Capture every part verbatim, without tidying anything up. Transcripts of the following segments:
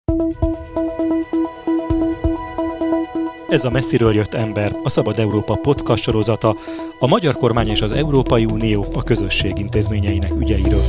Ez a Messziről jött ember, a Szabad Európa podcast sorozata, a magyar kormány és az Európai Unió a közösség intézményeinek ügyeiről.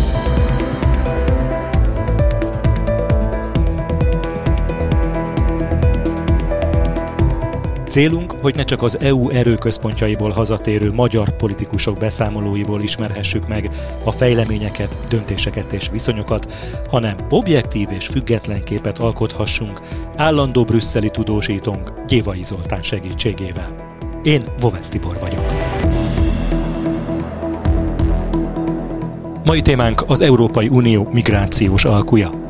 Célunk, hogy ne csak az é u erőközpontjaiból hazatérő magyar politikusok beszámolóiból ismerhessük meg a fejleményeket, döntéseket és viszonyokat, hanem objektív és független képet alkothassunk állandó brüsszeli tudósítónk Gyévai Zoltán segítségével. Én Vovesz Tibor vagyok. Mai témánk az Európai Unió migrációs alkuja.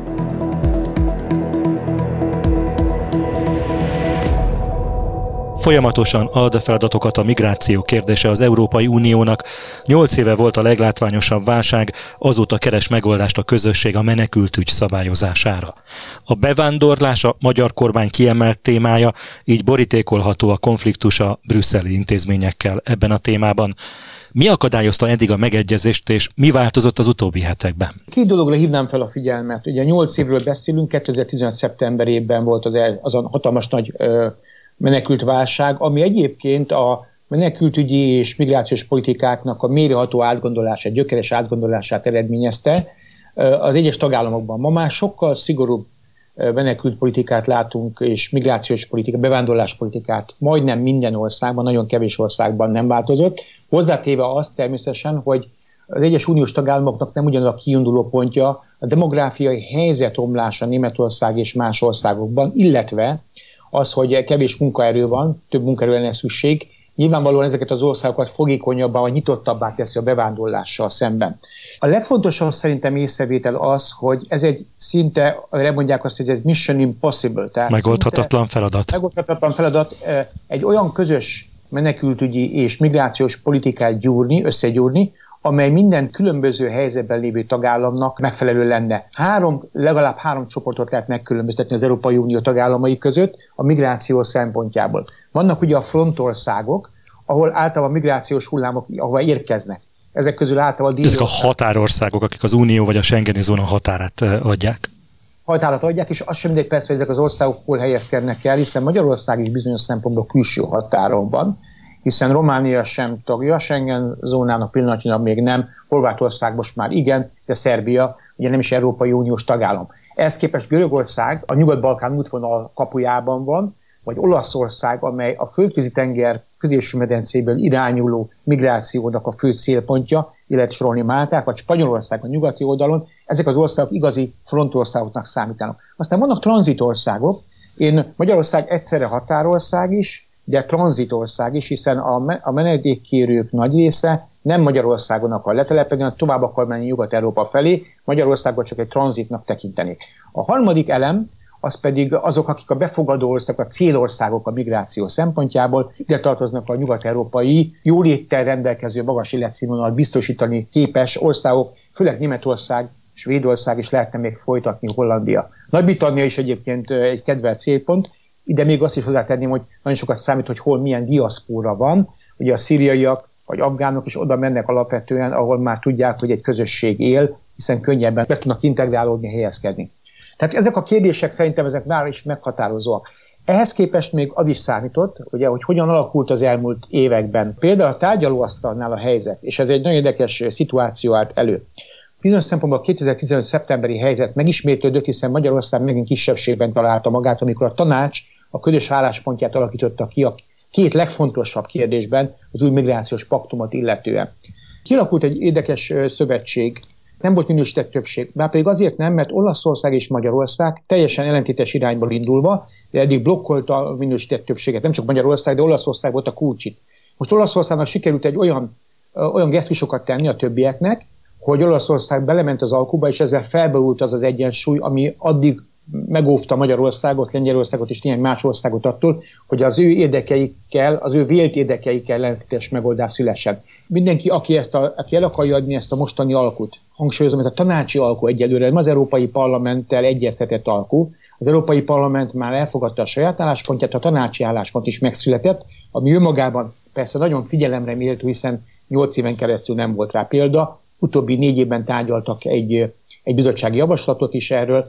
Folyamatosan ad a feladatokat a migráció kérdése az Európai Uniónak. Nyolc éve volt a leglátványosabb válság, azóta keres megoldást a közösség a menekültügy szabályozására. A bevándorlás a magyar kormány kiemelt témája, így borítékolható a konfliktus a brüsszeli intézményekkel ebben a témában. Mi akadályozta eddig a megegyezést, és mi változott az utóbbi hetekben? Két dologra hívnám fel a figyelmet. Ugye nyolc évről beszélünk, kétezer-tizenöt szeptemberében volt az, el, az a hatalmas nagy ö, menekült válság, ami egyébként a menekültügyi és migrációs politikáknak a mélyreható átgondolását, gyökeres átgondolását eredményezte az egyes tagállamokban. Ma már sokkal szigorúbb menekült politikát látunk, és migrációs politika, bevándorlás politikát majdnem minden országban, nagyon kevés országban nem változott. Hozzátéve azt természetesen, hogy az egyes uniós tagállamoknak nem ugyanaz a kiinduló pontja a demográfiai helyzet romlása Németország és más országokban, illetve az, hogy kevés munkaerő van, több munkaerő lenne szükség, nyilvánvalóan ezeket az országokat fogékonyabbá vagy nyitottabbá teszi a bevándorlással szemben. A legfontosabb szerintem észrevétel az, hogy ez egy szinte, erre mondják azt, hogy ez egy mission impossible. Tehát megoldhatatlan feladat. Megoldhatatlan feladat egy olyan közös menekültügyi és migrációs politikát gyúrni, összegyúrni, amely minden különböző helyzetben lévő tagállamnak megfelelő lenne. Három, legalább három csoportot lehet megkülönböztetni az Európai Unió tagállamai között a migráció szempontjából. Vannak ugye a frontországok, ahol általában migrációs hullámok, ahova érkeznek. Ezek közül általában déli Ezek a határországok, akik az Unió vagy a Schengeni zóna határát adják. Határat adják, és az sem mindegy persze, hogy ezek az országok hol helyezkednek el, hiszen Magyarország is bizonyos szempontból külső határon van, hiszen Románia sem tagja, Schengen zónának pillanatnyilag még nem, Horvátország most már igen, de Szerbia ugye nem is Európai Uniós tagállam. Ehhez képest Görögország a Nyugat-Balkán útvonal kapujában van, vagy Olaszország, amely a Földközi-tenger középső medencéből irányuló migrációnak a fő célpontja, illetve sorolni Máltát, vagy Spanyolország a nyugati oldalon, ezek az országok igazi frontországoknak számítanak. Aztán vannak tranzitországok, én Magyarország egyszerre határország is, de tranzitország is, hiszen a menedékkérők nagy része nem Magyarországon akar letelepedni, hanem tovább akar menni Nyugat-Európa felé, Magyarországon csak egy tranzitnak tekintenék. A harmadik elem, az pedig azok, akik a befogadó országok, a célországok a migráció szempontjából, ide tartoznak a nyugat-európai, jóléttel rendelkező magas életszínvonalat biztosítani képes országok, főleg Németország, Svédország is lehetne még folytatni, Hollandia. Nagy-Britannia is egyébként egy kedvelt célpont. Ide még azt is hozzátenném, hogy nagyon sokat számít, hogy hol milyen diaszpóra van. Ugye a szíriaiak vagy afgánok is oda mennek alapvetően, ahol már tudják, hogy egy közösség él, hiszen könnyebben be tudnak integrálódni, helyezkedni. Tehát ezek a kérdések szerintem ezek már is meghatározóak. Ehhez képest még az is számított, ugye, hogy hogyan alakult az elmúlt években. Például a tárgyalóasztalnál a helyzet, és ez egy nagyon érdekes szituáció állt elő. Bizonyos szempontból a kétezer-tizenöt szeptemberi helyzet megismétlődött, hiszen Magyarország megint kisebbségben találta magát, amikor a tanács a közös álláspontját alakította ki a két legfontosabb kérdésben, az új migrációs paktumot illetően. Kialakult egy érdekes szövetség, nem volt minősített többség, már pedig azért nem, mert Olaszország és Magyarország teljesen ellentétes irányból indulva, de eddig blokkolta a minősített többséget, nem csak Magyarország, de Olaszország volt a kulcsit. Most Olaszországnak sikerült egy olyan, olyan gesztusokat tenni a többieknek, hogy Olaszország belement az alkuba, és ezzel felborult az az egyensúly, ami addig megóvta Magyarországot, Lengyelországot és néhány más országot attól, hogy az ő érdekeikkel, az ő vélt érdekeikkel ellentétes megoldás szülessen. Mindenki, aki, ezt a, aki el akarja adni ezt a mostani alkut, hangsúlyozom, hogy a tanácsi alku egyelőre, nem az Európai Parlamenttel egyeztetett alku, az Európai Parlament már elfogadta a saját álláspontját, a tanácsi álláspont is megszületett, ami önmagában persze nagyon figyelemre méltó, hiszen nyolc éven keresztül nem volt rá példa, utóbbi négy évben tárgyaltak egy, egy bizottsági javaslatot is erről,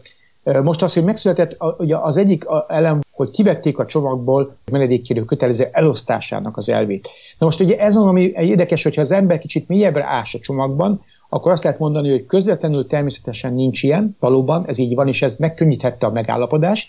Most az, hogy megszületett ugye az egyik elem, hogy kivették a csomagból a menedékkérő kötelező elosztásának az elvét. Na most ugye ez az, ami érdekes, hogyha az ember kicsit mélyebbre ás a csomagban, akkor azt lehet mondani, hogy közvetlenül természetesen nincs ilyen, valóban ez így van, és ez megkönnyíthette a megállapodást,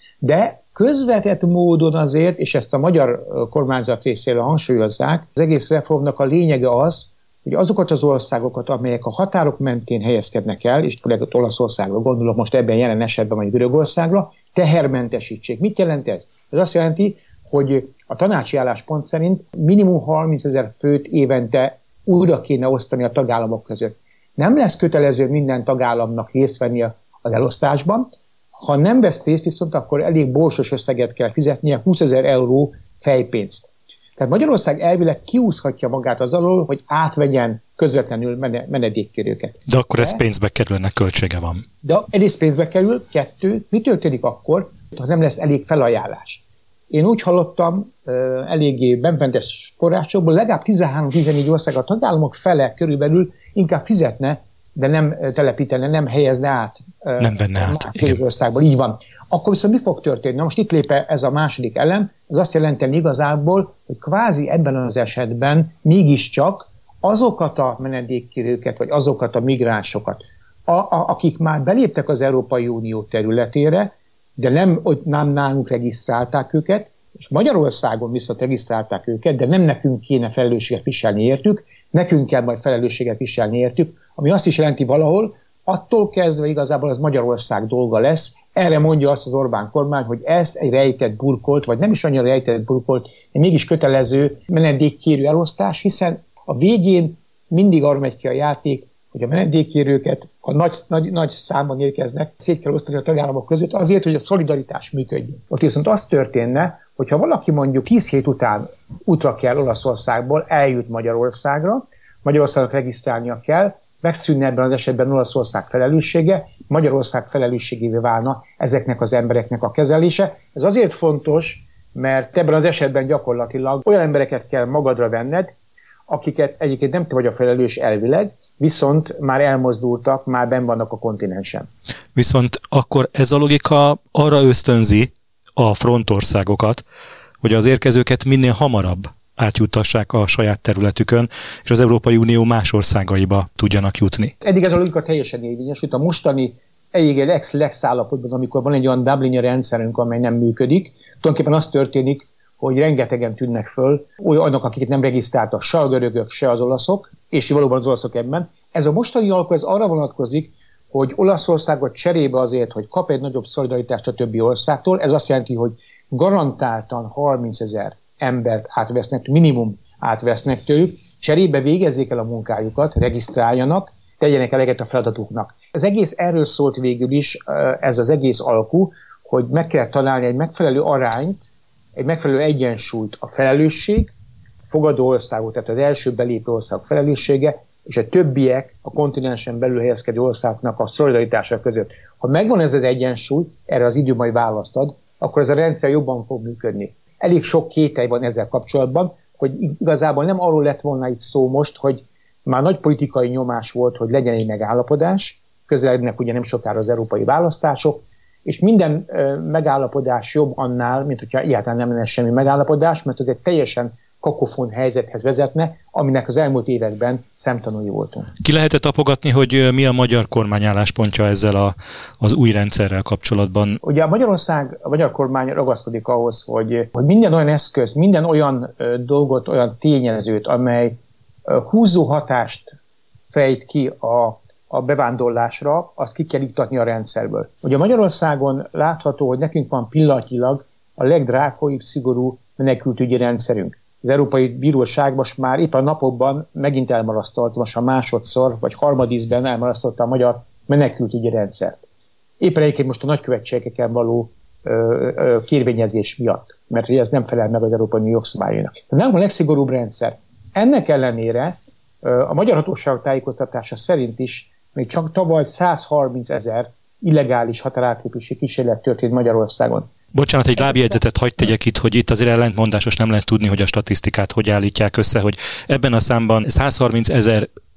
de közvetett módon azért, és ezt a magyar kormányzat részéről hangsúlyozzák, az egész reformnak a lényege az, hogy azokat az országokat, amelyek a határok mentén helyezkednek el, és főleg az Olaszországra gondolok most ebben jelen esetben, vagy Görögországra, tehermentesítsék. Mit jelent ez? Ez azt jelenti, hogy a tanácsi álláspont szerint minimum harmincezer főt évente újra kéne osztani a tagállamok között. Nem lesz kötelező minden tagállamnak részt venni az elosztásban. Ha nem vesz részt, viszont akkor elég borsos összeget kell fizetnie, húszezer euró fejpénzt. Tehát Magyarország elvileg kiúszhatja magát az alól, hogy átvegyen közvetlenül menedékkérőket. De akkor ez pénzbe kerül, ennek költsége van. De egyrészt pénzbe kerül, kettő, mi történik akkor, ha nem lesz elég felajánlás? Én úgy hallottam eléggé benfentes forrásokból, legalább tizenhárom-tizennégy ország, a tagállamok fele körülbelül inkább fizetne, de nem telepítene, nem helyezne át. Nem venne át. Görögországból, így van. Akkor viszont mi fog történni? Na most itt lép ez a második elem, ez azt jelenteni igazából, hogy kvázi ebben az esetben mégiscsak azokat a menedékkérőket, vagy azokat a migránsokat, a, a, akik már beléptek az Európai Unió területére, de nem, nem nálunk regisztrálták őket, és Magyarországon viszont regisztrálták őket, de nem nekünk kéne felelősséget viselni értük, nekünk kell majd felelősséget viselni értük, ami azt is jelenti valahol, attól kezdve igazából az Magyarország dolga lesz. Erre mondja azt az Orbán kormány, hogy ez egy rejtett burkolt, vagy nem is annyira rejtett burkolt, de mégis kötelező menedékkérő elosztás, hiszen a végén mindig arra megy ki a játék, hogy a menedékkérőket, a nagy, nagy, nagy számban érkeznek, szét kell osztani a tagállamok között azért, hogy a szolidaritás működjön. Most viszont az történne, hogyha valaki mondjuk tíz hét után útra kell Olaszországból, eljut Magyarországra, Magyarországnak regisztrálnia kell, megszűnne ebben az esetben Olaszország felelőssége, Magyarország felelősségévé válna ezeknek az embereknek a kezelése. Ez azért fontos, mert ebben az esetben gyakorlatilag olyan embereket kell magadra venned, akiket egyébként nem te vagy a felelős elvileg, viszont már elmozdultak, már benn vannak a kontinensen. Viszont akkor ez a logika arra ösztönzi a frontországokat, hogy az érkezőket minél hamarabb átjuttassák a saját területükön, és az Európai Unió más országaiba tudjanak jutni. Eddig ez a logika teljesen érvényesült. A mostani egyébként lex-lex állapotban, amikor van egy olyan Dublini rendszerünk, amely nem működik, tulajdonképpen az történik, hogy rengetegen tűnnek föl, olyanok, akiket nem regisztráltak, se a görögök, se az olaszok, és valóban az olaszok ebben. Ez a mostani alkú, ez arra vonatkozik, hogy Olaszországot cserébe azért, hogy kap egy nagyobb szolidaritást a többi országtól, ez azt jelenti, hogy garantáltan harmincezer embert átvesznek, minimum átvesznek tőlük, cserébe végezzék el a munkájukat, regisztráljanak, tegyenek eleget a feladatuknak. Az egész erről szólt végül is, ez az egész alkú, hogy meg kell találni egy megfelelő arányt, egy megfelelő egyensúlyt a felelősség, a fogadó országok, tehát az első belépő országok felelőssége, és a többiek, a kontinensen belül helyezkedő országoknak a szolidaritása között. Ha megvan ez az egyensúly, erre az idő majd választ ad, akkor ez a rendszer jobban fog működni. Elég sok kételj van ezzel kapcsolatban, hogy igazából nem arról lett volna itt szó most, hogy már nagy politikai nyomás volt, hogy legyen egy megállapodás, közelednek ugye nem sokára az európai választások, és minden ö, megállapodás jobb annál, mint hogyha egyáltalán nem lenne semmi megállapodás, mert ez egy teljesen kakofon helyzethez vezetne, aminek az elmúlt években szemtanúi voltunk. Ki lehetett tapogatni, hogy mi a magyar kormány álláspontja ezzel a, az új rendszerrel kapcsolatban? Ugye a Magyarország, a magyar kormány ragaszkodik ahhoz, hogy, hogy minden olyan eszköz, minden olyan ö, dolgot, olyan tényezőt, amely ö, húzó hatást fejt ki a, a bevándorlásra, azt ki kell iktatni a rendszerből. Ugye Magyarországon látható, hogy nekünk van pillanatnyilag a legdrákóibb, szigorú menekültügyi rendszerünk. Az Európai Bíróság most már épp a napokban megint elmarasztalta, most a másodszor, vagy harmadízben elmarasztalta a magyar menekültügyi rendszert. Éppen egyébként most a nagykövetségeken való ö, ö, kérvényezés miatt, mert ez nem felel meg az Európai Unió jogszabályainak. Tehát nem a legszigorúbb rendszer. Ennek ellenére ö, a magyar hatóságok tájékoztatása szerint is még csak tavaly százharminc ezer illegális határátlépési kísérlet történt Magyarországon. Bocsánat, egy lábjegyzetet hagyj tegyek itt, hogy itt azért ellentmondásos, nem lehet tudni, hogy a statisztikát hogy állítják össze, hogy ebben a számban százharminc ezer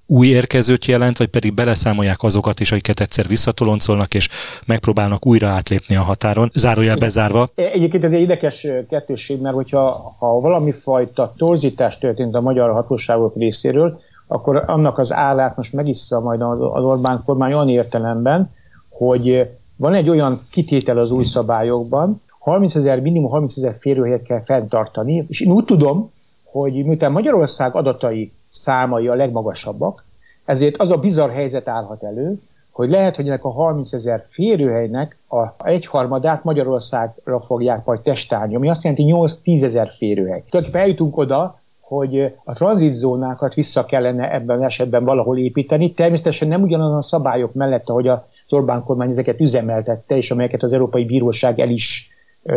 új érkezőt jelent, vagy pedig beleszámolják azokat is, akiket egyszer visszatoloncolnak, és megpróbálnak újra átlépni a határon, zárójel bezárva? Egyébként ez egy érdekes kettősség, mert hogyha ha valami fajta torzítás történt a magyar hatóságok részéről, akkor annak az állát most megissza majd az Orbán kormány olyan értelemben, hogy van egy olyan kitétel az új szabályokban, harmincezer, minimum harmincezer férőhelyet kell fenntartani, és én úgy tudom, hogy miután Magyarország adatai számai a legmagasabbak, ezért az a bizarr helyzet állhat elő, hogy lehet, hogy ennek a harmincezer férőhelynek a egyharmadát Magyarországra fogják majd testálni, ami azt jelenti nyolc-tízezer férőhely. Tulajdonképpen eljutunk oda, hogy a tranzitzónákat vissza kellene ebben esetben valahol építeni. Természetesen nem ugyanazon a szabályok mellett, ahogy az Orbán kormány ezeket üzemeltette, és amelyeket az Európai Bíróság el is,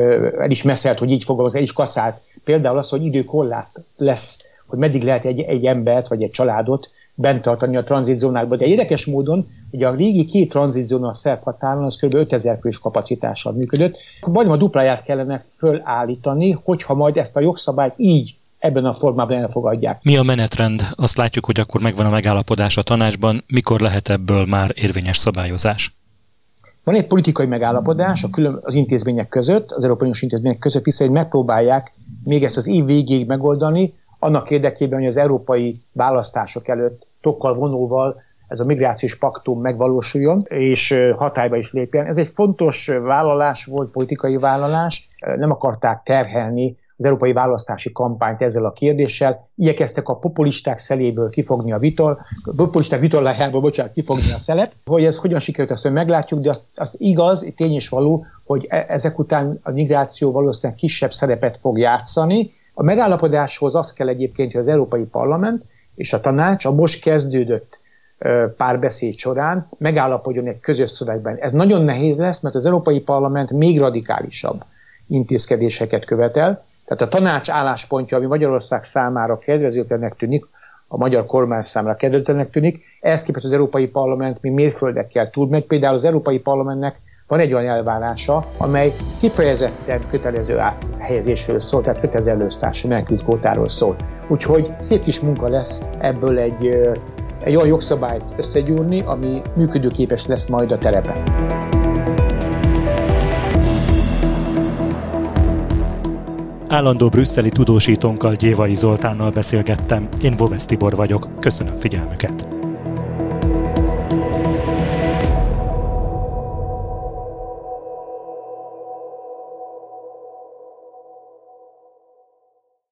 el is meszelt, hogy így fogalmaz, el is kaszált. Például az, hogy időkorlát lesz, hogy meddig lehet egy, egy embert vagy egy családot bent tartani a tranzitzónákban. De érdekes módon, hogy a régi két tranzitzóna a szerb határon az kb. ötezer fős kapacitással működött. Majdnem a dupláját kellene fölállítani, hogyha majd ezt a jogszabályt így ebben a formában elfogadják. Mi a menetrend? Azt látjuk, hogy akkor megvan a megállapodás a tanácsban. Mikor lehet ebből már érvényes szabályozás? Van egy politikai megállapodás a külön, az intézmények között, az Európai Uniós intézmények között, hiszen megpróbálják még ezt az év végéig megoldani, annak érdekében, hogy az európai választások előtt tokkal vonóval ez a migrációs paktum megvalósuljon, és hatályba is lépjen. Ez egy fontos vállalás volt, politikai vállalás. Nem akarták terhelni az európai választási kampányt ezzel a kérdéssel. Igyekeztek a populisták szeléből kifogni a vitor, a populisták vitorlájából, bocsánat, kifogni a szelet. Hogy ez hogyan sikerült, azt meglátjuk, de azt, azt igaz, tény és való, hogy ezek után a migráció valószínűleg kisebb szerepet fog játszani. A megállapodáshoz az kell egyébként, hogy az Európai Parlament és a tanács a most kezdődött párbeszéd során megállapodjon egy közös szövegben. Ez nagyon nehéz lesz, mert az Európai Parlament még radikálisabb intézkedéseket követel. Tehát a tanács álláspontja, ami Magyarország számára kedvezőtlennek tűnik, a magyar kormány számára kedvezőtlennek tűnik, ehhez képest az Európai Parlament még mérföldekkel túlmegy. Például az Európai Parlamentnek van egy olyan elvárása, amely kifejezetten kötelező áthelyezésről szól, tehát kötelező előosztású menekült kvótáról szól. Úgyhogy szép kis munka lesz ebből egy, egy olyan jogszabályt összegyúrni, ami működőképes lesz majd a terepen. Állandó brüsszeli tudósítónkkal, Gyévai Zoltánnal beszélgettem. Én Bovesz Tibor vagyok. Köszönöm figyelmüket!